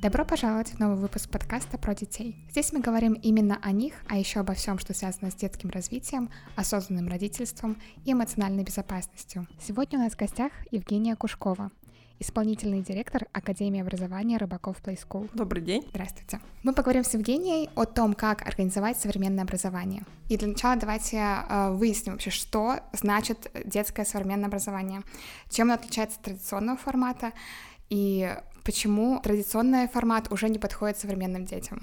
Добро пожаловать в новый выпуск подкаста про детей. Здесь мы говорим именно о них, а еще обо всем, что связано с детским развитием, осознанным родительством и эмоциональной безопасностью. Сегодня у нас в гостях Евгения Кушкова, исполнительный директор Академии образования Рыбаков Play School. Добрый день. Здравствуйте. Мы поговорим с Евгенией о том, как организовать современное образование. И для начала давайте выясним вообще, что значит детское современное образование, чем оно отличается от традиционного формата и почему традиционный формат уже не подходит современным детям.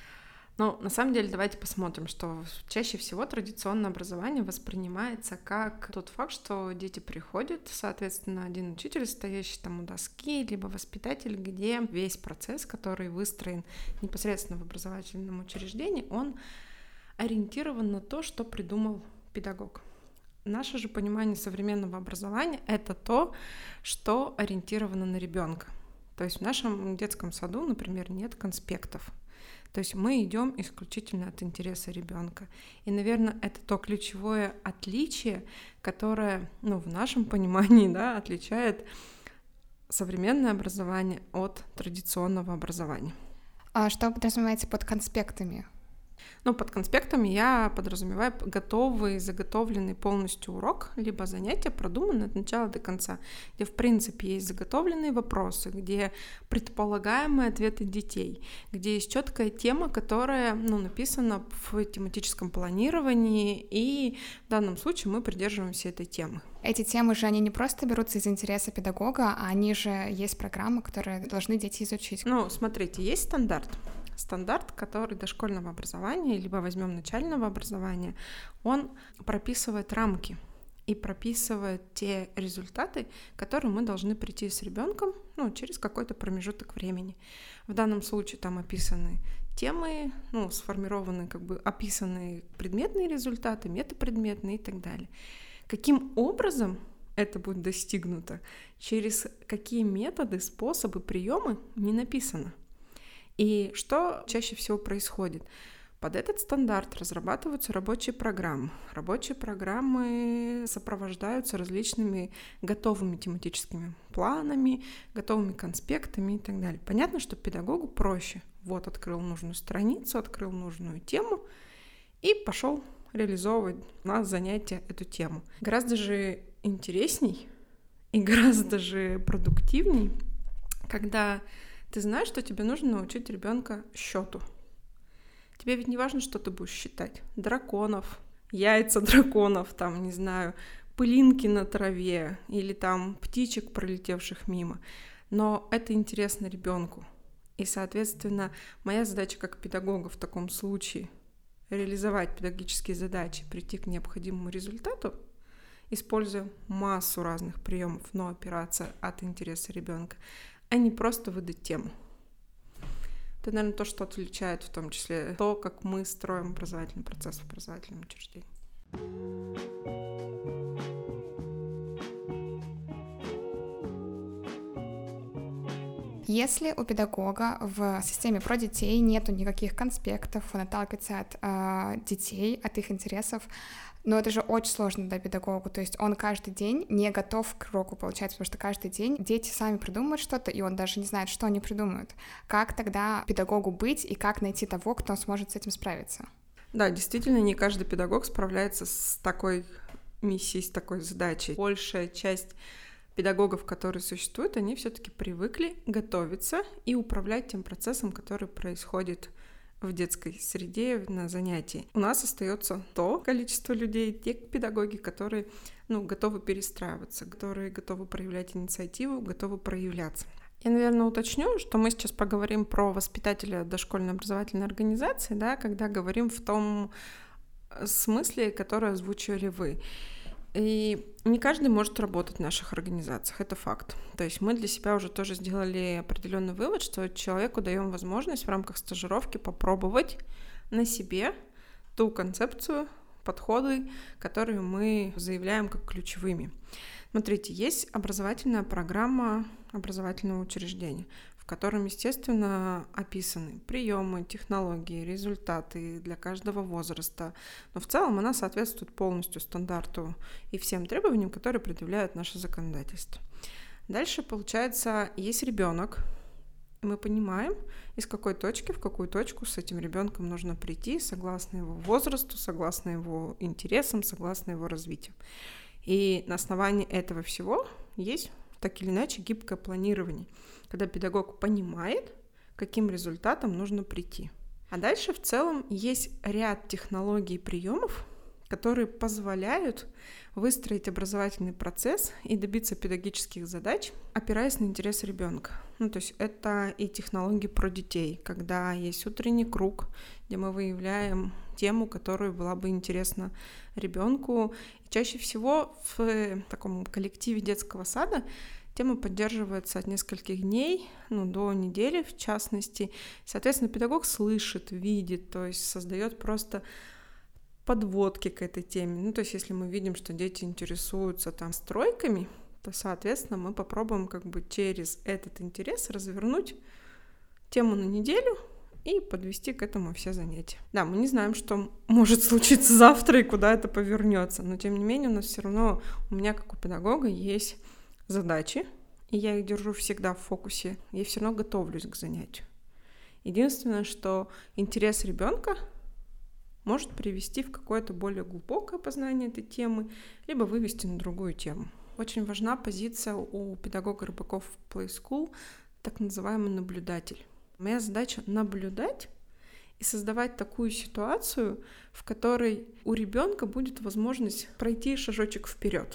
Ну, на самом деле, давайте посмотрим, что чаще всего традиционное образование воспринимается как тот факт, что дети приходят, соответственно, один учитель, стоящий там у доски, либо воспитатель, где весь процесс, который выстроен непосредственно в образовательном учреждении, он ориентирован на то, что придумал педагог. Наше же понимание современного образования — это то, что ориентировано на ребенка. То есть в нашем детском саду, например, нет конспектов. То есть мы идем исключительно от интереса ребенка. И, наверное, это то ключевое отличие, которое, в нашем понимании, отличает современное образование от традиционного образования. А что вы подразумеваете под конспектами? Под конспектами я подразумеваю готовый, заготовленный полностью урок, либо занятие продуманное от начала до конца, где, в принципе, есть заготовленные вопросы, где предполагаемые ответы детей, где есть четкая тема, которая, написана в тематическом планировании, и в данном случае мы придерживаемся этой темы. Эти темы же, они не просто берутся из интереса педагога, а они же есть программы, которые должны дети изучить. Смотрите, есть стандарт, который дошкольного образования, либо возьмем начального образования, он прописывает рамки и прописывает те результаты, к которым мы должны прийти с ребенком через какой-то промежуток времени. В данном случае там описаны темы, сформированы описаны предметные результаты, метапредметные и так далее. Каким образом это будет достигнуто, через какие методы, способы, приемы не написано. И что чаще всего происходит? Под этот стандарт разрабатываются рабочие программы. Рабочие программы сопровождаются различными готовыми тематическими планами, готовыми конспектами и так далее. Понятно, что педагогу проще. Открыл нужную страницу, открыл нужную тему и пошел реализовывать на занятия эту тему. Гораздо же интересней и гораздо же продуктивней, когда ты знаешь, что тебе нужно научить ребенка счету. Тебе ведь не важно, что ты будешь считать. Драконов, яйца драконов, пылинки на траве или птичек, пролетевших мимо. Но это интересно ребенку. И, соответственно, моя задача как педагога в таком случае — реализовать педагогические задачи, прийти к необходимому результату, используя массу разных приемов, но опираться от интереса ребенка, а не просто выдать тему. Это, наверное, то, что отличает в том числе то, как мы строим образовательный процесс в образовательном учреждении. Если у педагога в системе про детей нету никаких конспектов, он отталкивается от детей, от их интересов, но это же очень сложно для педагога, то есть он каждый день не готов к уроку, получается, потому что каждый день дети сами придумывают что-то, и он даже не знает, что они придумают. Как тогда педагогу быть и как найти того, кто сможет с этим справиться? Да, действительно, не каждый педагог справляется с такой миссией, с такой задачей. Большая часть педагогов, которые существуют, они все-таки привыкли готовиться и управлять тем процессом, который происходит в детской среде на занятии. У нас остается то количество людей, те педагоги, которые готовы перестраиваться, которые готовы проявлять инициативу, готовы проявляться. Я, наверное, уточню, что мы сейчас поговорим про воспитателя дошкольной образовательной организации, когда говорим в том смысле, который озвучивали вы. И не каждый может работать в наших организациях, это факт. То есть мы для себя уже тоже сделали определенный вывод, что человеку даем возможность в рамках стажировки попробовать на себе ту концепцию, подходы, которые мы заявляем как ключевыми. Смотрите, есть образовательная программа образовательного учреждения, в котором, естественно, описаны приемы, технологии, результаты для каждого возраста. Но в целом она соответствует полностью стандарту и всем требованиям, которые предъявляет наше законодательство. Дальше, получается, есть ребенок, И мы понимаем, из какой точки в какую точку с этим ребенком нужно прийти, согласно его возрасту, согласно его интересам, согласно его развитию. И на основании этого всего есть так или иначе гибкое планирование, когда педагог понимает, к каким результатам нужно прийти. А дальше в целом есть ряд технологий и приемов, которые позволяют выстроить образовательный процесс и добиться педагогических задач, опираясь на интерес ребенка. То есть это и технологии про детей, когда есть утренний круг, где мы выявляем тему, которая была бы интересна ребенку. И чаще всего в таком коллективе детского сада тема поддерживается от нескольких дней, до недели в частности. Соответственно, педагог слышит, видит, то есть создает просто подводки к этой теме. То есть если мы видим, что дети интересуются стройками, то, соответственно, мы попробуем через этот интерес развернуть тему на неделю и подвести к этому все занятия. Да, мы не знаем, что может случиться завтра и куда это повернется, но тем не менее у нас все равно, у меня как у педагога есть задачи, и я их держу всегда в фокусе, я все равно готовлюсь к занятию. Единственное, что интерес ребенка может привести в какое-то более глубокое познание этой темы, либо вывести на другую тему. Очень важна позиция у педагога Рыбаков в Play School, так называемый наблюдатель. Моя задача — наблюдать и создавать такую ситуацию, в которой у ребенка будет возможность пройти шажочек вперед.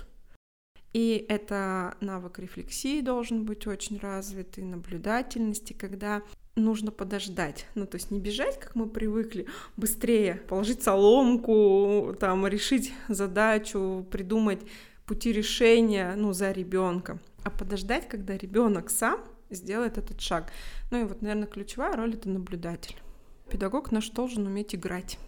И это навык рефлексии должен быть очень развитый, наблюдательности, когда нужно подождать. То есть не бежать, как мы привыкли, быстрее положить соломку, решить задачу, придумать пути решения, за ребенка, а подождать, когда ребенок сам сделает этот шаг. И наверное, ключевая роль — это наблюдатель. Педагог наш должен уметь играть.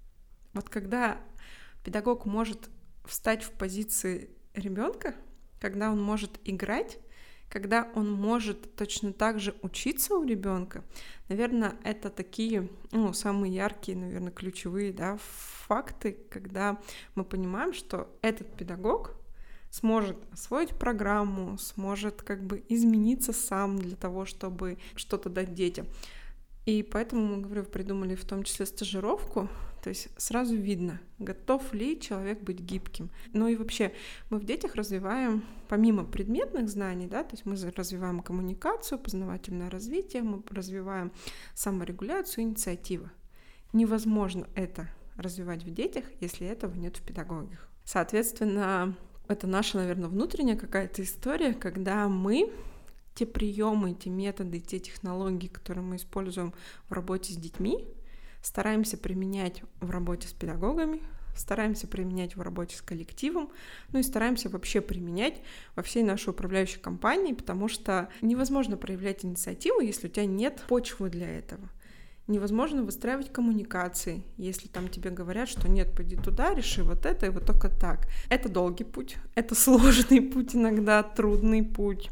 Когда педагог может встать в позиции ребенка, когда он может играть, когда он может точно так же учиться у ребенка, наверное, это такие, самые яркие, наверное, ключевые, факты, когда мы понимаем, что этот педагог сможет освоить программу, сможет измениться сам для того, чтобы что-то дать детям. И поэтому, говорю, придумали в том числе стажировку, то есть сразу видно, готов ли человек быть гибким. И вообще мы в детях развиваем, помимо предметных знаний, то есть мы развиваем коммуникацию, познавательное развитие, мы развиваем саморегуляцию, инициативу. Невозможно это развивать в детях, если этого нет в педагогах. Соответственно, это наша, наверное, внутренняя какая-то история, когда мы те приемы, те методы, те технологии, которые мы используем в работе с детьми, стараемся применять в работе с педагогами, стараемся применять в работе с коллективом, и стараемся вообще применять во всей нашей управляющей компании, потому что невозможно проявлять инициативу, если у тебя нет почвы для этого. Невозможно выстраивать коммуникации, если тебе говорят, что нет, пойди туда, реши вот это и вот только так. Это долгий путь, это сложный путь, иногда трудный путь,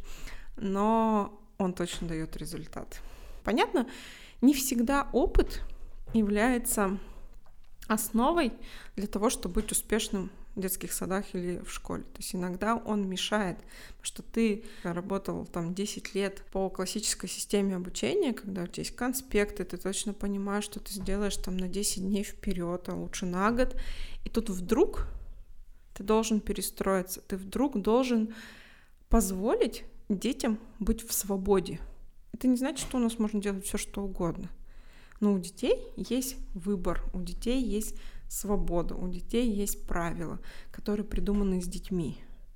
но он точно дает результат. Понятно, не всегда опыт является основой для того, чтобы быть успешным в детских садах или в школе. То есть иногда он мешает, потому что ты работал 10 лет по классической системе обучения, когда у тебя есть конспекты, ты точно понимаешь, что ты сделаешь на 10 дней вперед, а лучше на год. И тут вдруг ты должен перестроиться, ты вдруг должен позволить детям быть в свободе. Это не значит, что у нас можно делать все, что угодно. Но у детей есть выбор, у детей есть свобода, у детей есть правила, которые придуманы с детьми.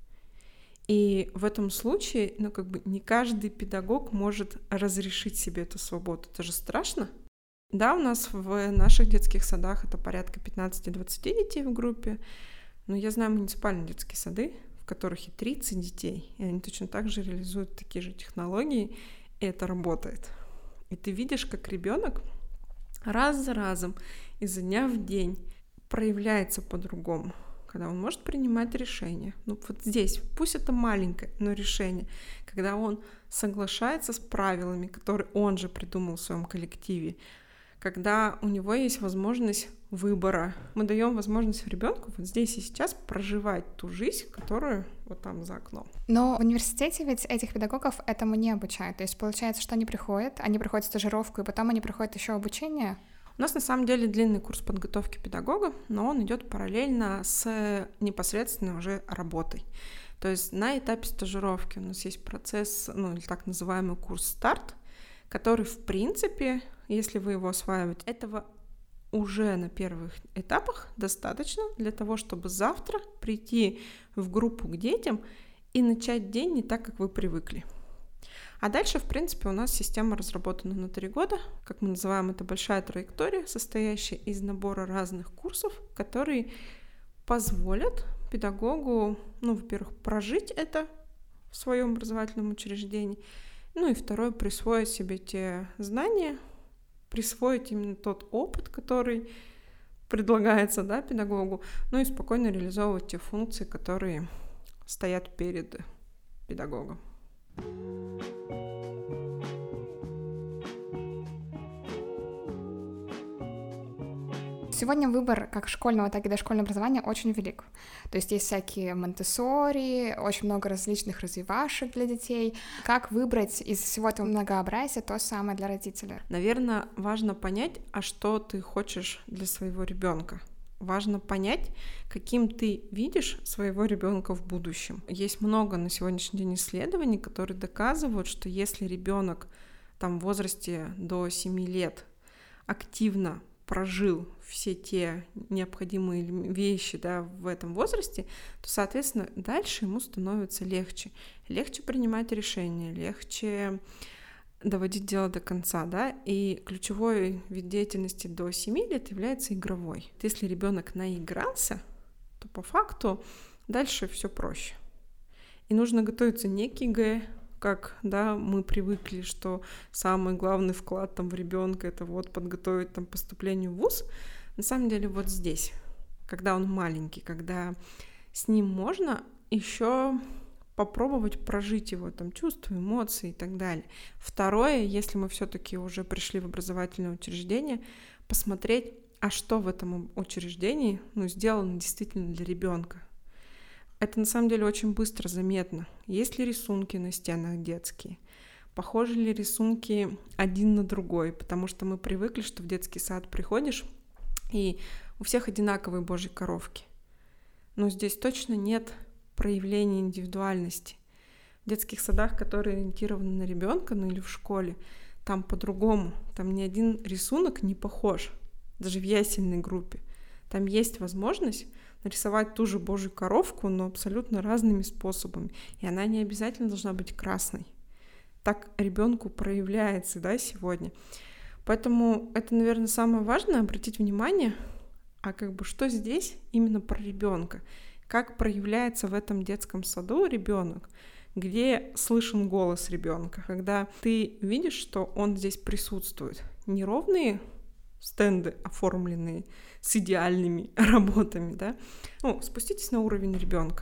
И в этом случае, не каждый педагог может разрешить себе эту свободу. Это же страшно. Да, у нас в наших детских садах это порядка 15-20 детей в группе, но я знаю муниципальные детские сады, в которых и 30 детей, и они точно так же реализуют такие же технологии, и это работает. И ты видишь, как ребенок раз за разом, изо дня в день проявляется по-другому, когда он может принимать решения. Вот здесь, пусть это маленькое, но решение, когда он соглашается с правилами, которые он же придумал в своем коллективе, когда у него есть возможность выбора. Мы даем возможность ребенку вот здесь и сейчас проживать ту жизнь, которую вот там за окном. Но в университете ведь этих педагогов этому не обучают. То есть получается, что они приходят стажировку, и потом они проходят еще обучение. У нас на самом деле длинный курс подготовки педагога, но он идет параллельно с непосредственно уже работой. То есть на этапе стажировки у нас есть процесс, или так называемый курс «Старт», который, в принципе, если вы его осваиваете, этого уже на первых этапах достаточно для того, чтобы завтра прийти в группу к детям и начать день не так, как вы привыкли. А дальше, в принципе, у нас система разработана на 3 года. Как мы называем, это большая траектория, состоящая из набора разных курсов, которые позволят педагогу, во-первых, прожить это в своем образовательном учреждении, и второе, присвоить себе те знания, присвоить именно тот опыт, который предлагается, педагогу, и спокойно реализовывать те функции, которые стоят перед педагогом. Сегодня выбор как школьного, так и дошкольного образования очень велик. То есть всякие монтессори, очень много различных развивашек для детей. Как выбрать из всего этого многообразия то самое для родителя? Наверное, важно понять, а что ты хочешь для своего ребенка. Важно понять, каким ты видишь своего ребенка в будущем. Есть много на сегодняшний день исследований, которые доказывают, что если ребенок в возрасте до 7 лет активно прожил все те необходимые вещи в этом возрасте, то, соответственно, дальше ему становится легче. Легче принимать решения, легче доводить дело до конца, и ключевой вид деятельности до 7 лет является игровой. Если ребенок наигрался, то по факту дальше все проще. И нужно готовиться не к ЕГЭ, как мы привыкли, что самый главный вклад в ребенка это подготовить поступлению в вуз. На самом деле здесь, когда он маленький, когда с ним можно еще попробовать прожить его чувства, эмоции и так далее. Второе, если мы все-таки уже пришли в образовательное учреждение, посмотреть, а что в этом учреждении сделано действительно для ребенка. Это на самом деле очень быстро заметно. Есть ли рисунки на стенах детские? Похожи ли рисунки один на другой? Потому что мы привыкли, что в детский сад приходишь, и у всех одинаковые божьи коровки. Но здесь точно нет проявления индивидуальности. В детских садах, которые ориентированы на ребенка, или в школе, там по-другому. Там ни один рисунок не похож, даже в ясельной группе. Там есть возможность нарисовать ту же божью коровку, но абсолютно разными способами. И она не обязательно должна быть красной. Так ребенку проявляется, сегодня. Поэтому это, наверное, самое важное — обратить внимание, что здесь именно про ребенка, как проявляется в этом детском саду ребенок, где слышен голос ребенка, когда ты видишь, что он здесь присутствует. Неровные стенды, оформленные с идеальными работами, спуститесь на уровень ребенка.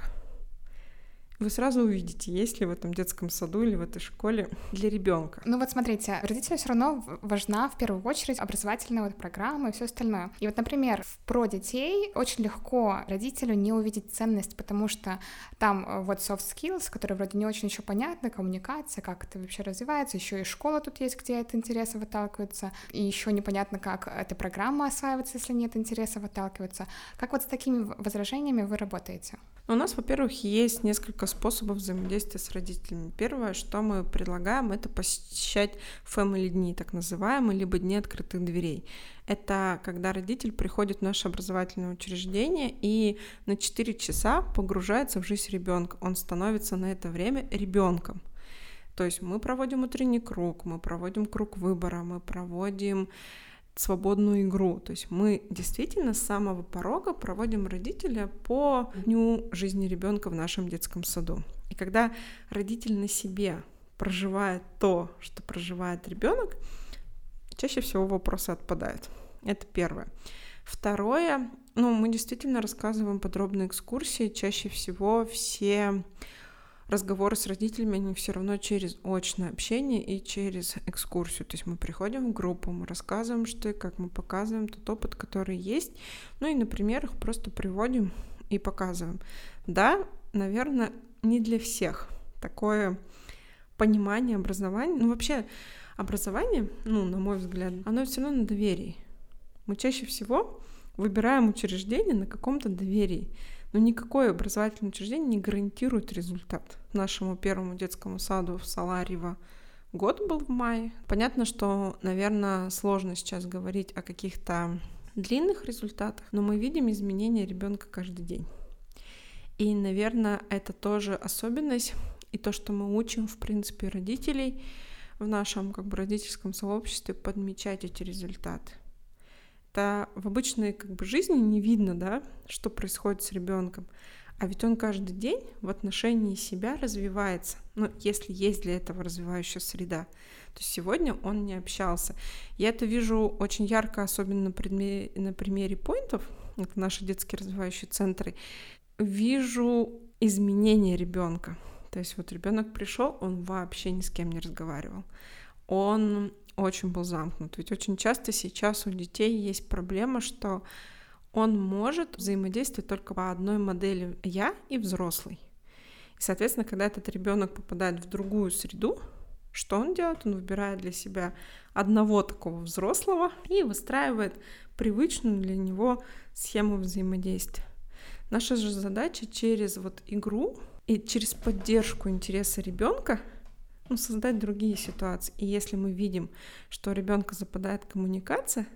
Вы сразу увидите, есть ли в этом детском саду или в этой школе для ребенка. Смотрите, родителю все равно важна в первую очередь образовательная программа и все остальное. И например, про детей очень легко родителю не увидеть ценность, потому что там soft skills, которые вроде не очень еще понятны, коммуникация, как это вообще развивается, еще и школа тут есть, где от интересов отталкиваются, и еще непонятно, как эта программа осваивается, если нет интересов отталкиваться. Как с такими возражениями вы работаете? У нас, во-первых, есть несколько способов взаимодействия с родителями. Первое, что мы предлагаем, это посещать family-дни, так называемые, либо дни открытых дверей. Это когда родитель приходит в наше образовательное учреждение и на 4 часа погружается в жизнь ребенка. Он становится на это время ребенком. То есть мы проводим утренний круг, мы проводим круг выбора, мы проводим свободную игру. То есть мы действительно с самого порога проводим родителя по дню жизни ребенка в нашем детском саду. И когда родитель на себе проживает то, что проживает ребенок, чаще всего вопросы отпадают. Это первое. Второе, мы действительно рассказываем подробные экскурсии. Чаще всего все разговоры с родителями, они все равно через очное общение и через экскурсию. То есть мы приходим в группу, мы рассказываем, что и как, мы показываем тот опыт, который есть, ну и на примерах просто приводим и показываем. Да, наверное, не для всех такое понимание образования. Ну, вообще, образование, ну, на мой взгляд, оно все равно на доверии. Мы чаще всего выбираем учреждение на каком-то доверии. Но никакое образовательное учреждение не гарантирует результат. Нашему первому детскому саду в Саларьево год был в мае. Понятно, что, наверное, сложно сейчас говорить о каких-то длинных результатах, но мы видим изменения ребенка каждый день. И, наверное, это тоже особенность, и то, что мы учим, в принципе, родителей в нашем как бы родительском сообществе подмечать эти результаты. Это в обычной как бы жизни не видно, да, что происходит с ребенком, а ведь он каждый день в отношении себя развивается, ну, если есть для этого развивающая среда. То есть сегодня он не общался. Я это вижу очень ярко, особенно на примере поинтов, это наши детские развивающие центры. Вижу изменения ребенка. То есть вот ребенок пришел, он вообще ни с кем не разговаривал. Он очень был замкнут. Ведь очень часто сейчас у детей есть проблема, что он может взаимодействовать только по одной модели «я» и взрослый. И, соответственно, когда этот ребенок попадает в другую среду, что он делает? Он выбирает для себя одного такого взрослого и выстраивает привычную для него схему взаимодействия. Наша же задача через вот игру и через поддержку интереса ребенка создать другие ситуации. И если мы видим, что у ребенка западает коммуникация,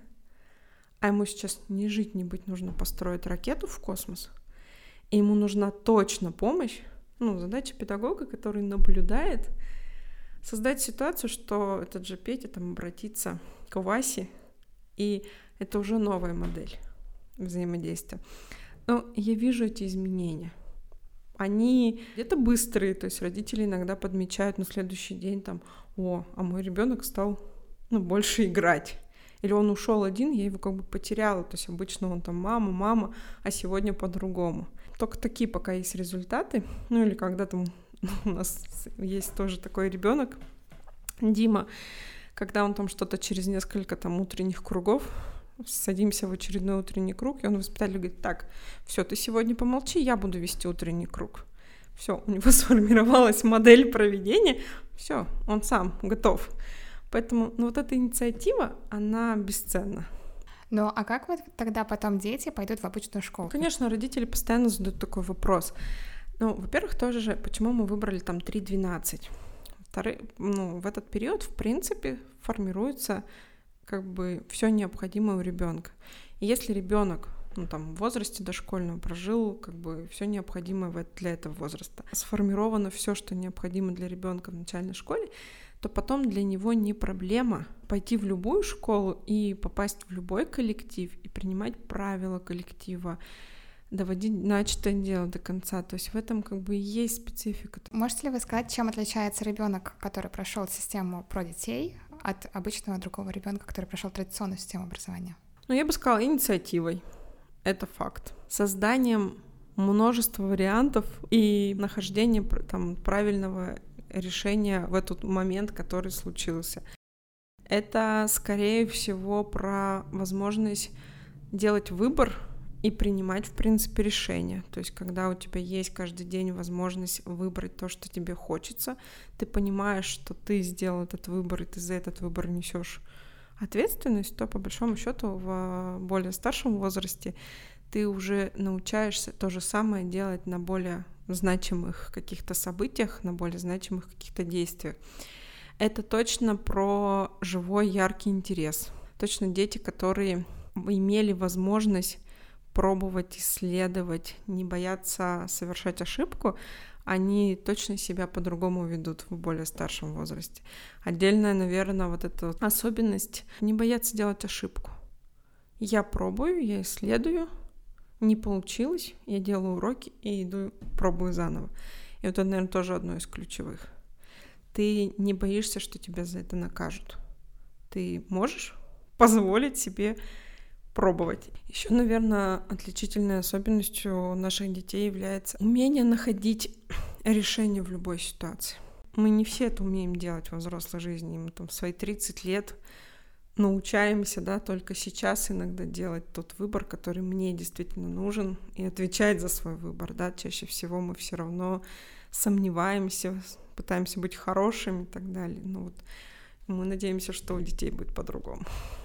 а ему сейчас ни жить, ни быть, нужно построить ракету в космос, и ему нужна точно помощь, задача педагога, который наблюдает, создать ситуацию, что этот же Петя там обратится к Васе, и это уже новая модель взаимодействия. Но я вижу эти изменения. Они где-то быстрые, то есть родители иногда подмечают на следующий день там: а мой ребенок стал больше играть. Или он ушел один, я его как бы потеряла. То есть обычно он там мама, а сегодня по-другому. Только такие пока есть результаты. Или когда там у нас есть тоже такой ребенок, Дима, когда он там что-то через несколько там утренних кругов, садимся в очередной утренний круг, и он воспитатель говорит: так, все, ты сегодня помолчи, я буду вести утренний круг. Все, у него сформировалась модель проведения, все, он сам готов. Поэтому вот эта инициатива, она бесценна. Ну, а как вот тогда потом дети пойдут в обычную школу? Конечно, родители постоянно задают такой вопрос. Во-первых, тоже же, почему мы выбрали там 3-12? В этот период, в принципе, формируется как бы все необходимое у ребенка. И если ребенок в возрасте дошкольного прожил как бы все необходимое для этого возраста, сформировано все, что необходимо для ребенка в начальной школе, то потом для него не проблема пойти в любую школу и попасть в любой коллектив и принимать правила коллектива, доводить начатое дело до конца. То есть в этом как бы и есть специфика. Можете ли вы сказать, чем отличается ребенок, который прошел систему про детей, от обычного другого ребенка, который прошел традиционную систему образования? Я бы сказала, инициативой. Это факт. Созданием множества вариантов и нахождением правильного решения в этот момент, который случился. Это, скорее всего, про возможность делать выбор и принимать, в принципе, решения. То есть, когда у тебя есть каждый день возможность выбрать то, что тебе хочется, ты понимаешь, что ты сделал этот выбор, и ты за этот выбор несешь ответственность, то, по большому счету, в более старшем возрасте ты уже научаешься то же самое делать на более значимых каких-то событиях, на более значимых каких-то действиях. Это точно про живой, яркий интерес. Точно дети, которые имели возможность пробовать, исследовать, не бояться совершать ошибку, они точно себя по-другому ведут в более старшем возрасте. Отдельная, наверное, вот эта особенность — не бояться делать ошибку. Я пробую, я исследую, не получилось, я делаю уроки и иду, пробую заново. И вот это, наверное, тоже одно из ключевых. Ты не боишься, что тебя за это накажут. Ты можешь позволить себе пробовать. Еще, наверное, отличительной особенностью наших детей является умение находить решение в любой ситуации. Мы не все это умеем делать во взрослой жизни. Мы в свои 30 лет научаемся, только сейчас иногда делать тот выбор, который мне действительно нужен, и отвечать за свой выбор, Чаще всего мы все равно сомневаемся, пытаемся быть хорошими и так далее. Мы надеемся, что у детей будет по-другому.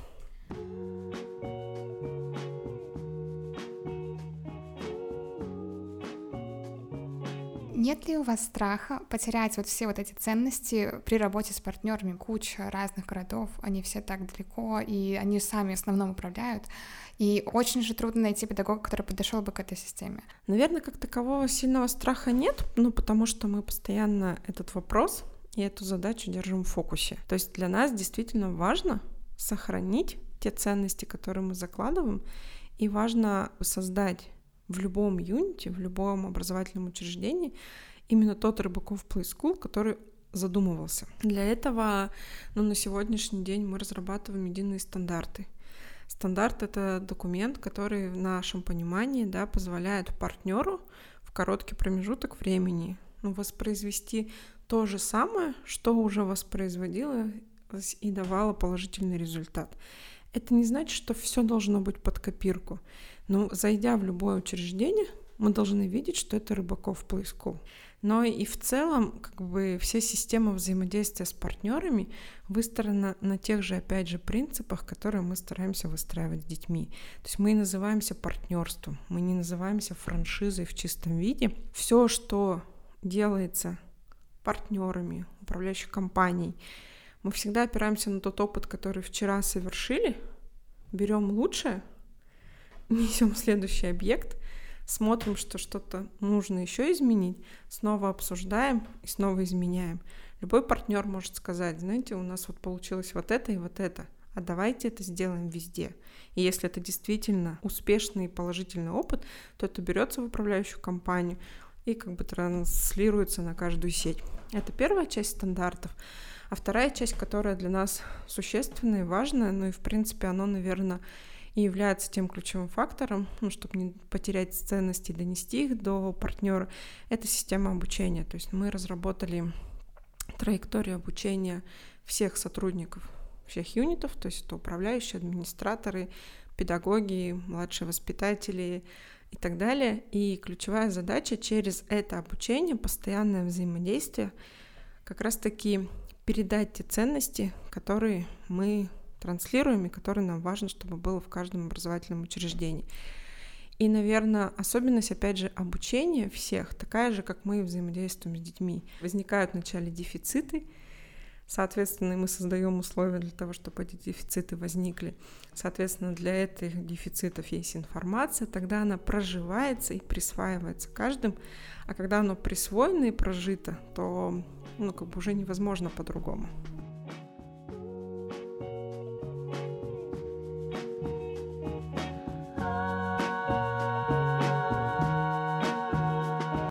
Нет ли у вас страха потерять все эти ценности при работе с партнерами? Куча разных городов, они все так далеко, и они сами в основном управляют. И очень же трудно найти педагога, который подошел бы к этой системе. Наверное, как такового сильного страха нет, потому что мы постоянно этот вопрос и эту задачу держим в фокусе. То есть для нас действительно важно сохранить те ценности, которые мы закладываем, и важно создать в любом юните, в любом образовательном учреждении именно тот Рыбаков Play School, который задумывался. Для этого на сегодняшний день мы разрабатываем единые стандарты. Стандарт — это документ, который в нашем понимании позволяет партнеру в короткий промежуток времени воспроизвести то же самое, что уже воспроизводило и давало положительный результат. Это не значит, что все должно быть под копирку. Но зайдя в любое учреждение, мы должны видеть, что это Рыбаков Play School. Но и в целом, вся система взаимодействия с партнерами выстроена на тех же, опять же, принципах, которые мы стараемся выстраивать с детьми. То есть мы называемся партнерством, мы не называемся франшизой в чистом виде. Все, что делается партнерами, управляющей компанией, мы всегда опираемся на тот опыт, который вчера совершили, берем лучшее, несем следующий объект, смотрим, что что-то нужно еще изменить, снова обсуждаем и снова изменяем. Любой партнер может сказать: знаете, у нас получилось это и это, а давайте это сделаем везде. И если это действительно успешный и положительный опыт, то это берется в управляющую компанию и транслируется на каждую сеть. Это первая часть стандартов. А вторая часть, которая для нас существенная и важная, и в принципе оно, наверное, и является тем ключевым фактором, чтобы не потерять ценности и донести их до партнера, это система обучения. То есть мы разработали траекторию обучения всех сотрудников, всех юнитов, то есть это управляющие, администраторы, педагоги, младшие воспитатели и так далее. И ключевая задача через это обучение, постоянное взаимодействие, как раз-таки передать те ценности, которые мы транслируем и которые нам важно, чтобы было в каждом образовательном учреждении. И, наверное, особенность, опять же, обучения всех такая же, как мы взаимодействуем с детьми. Возникают вначале дефициты, соответственно, мы создаем условия для того, чтобы эти дефициты возникли. Соответственно, для этих дефицитов есть информация, тогда она проживается и присваивается каждым, а когда оно присвоено и прожито, то уже невозможно по-другому.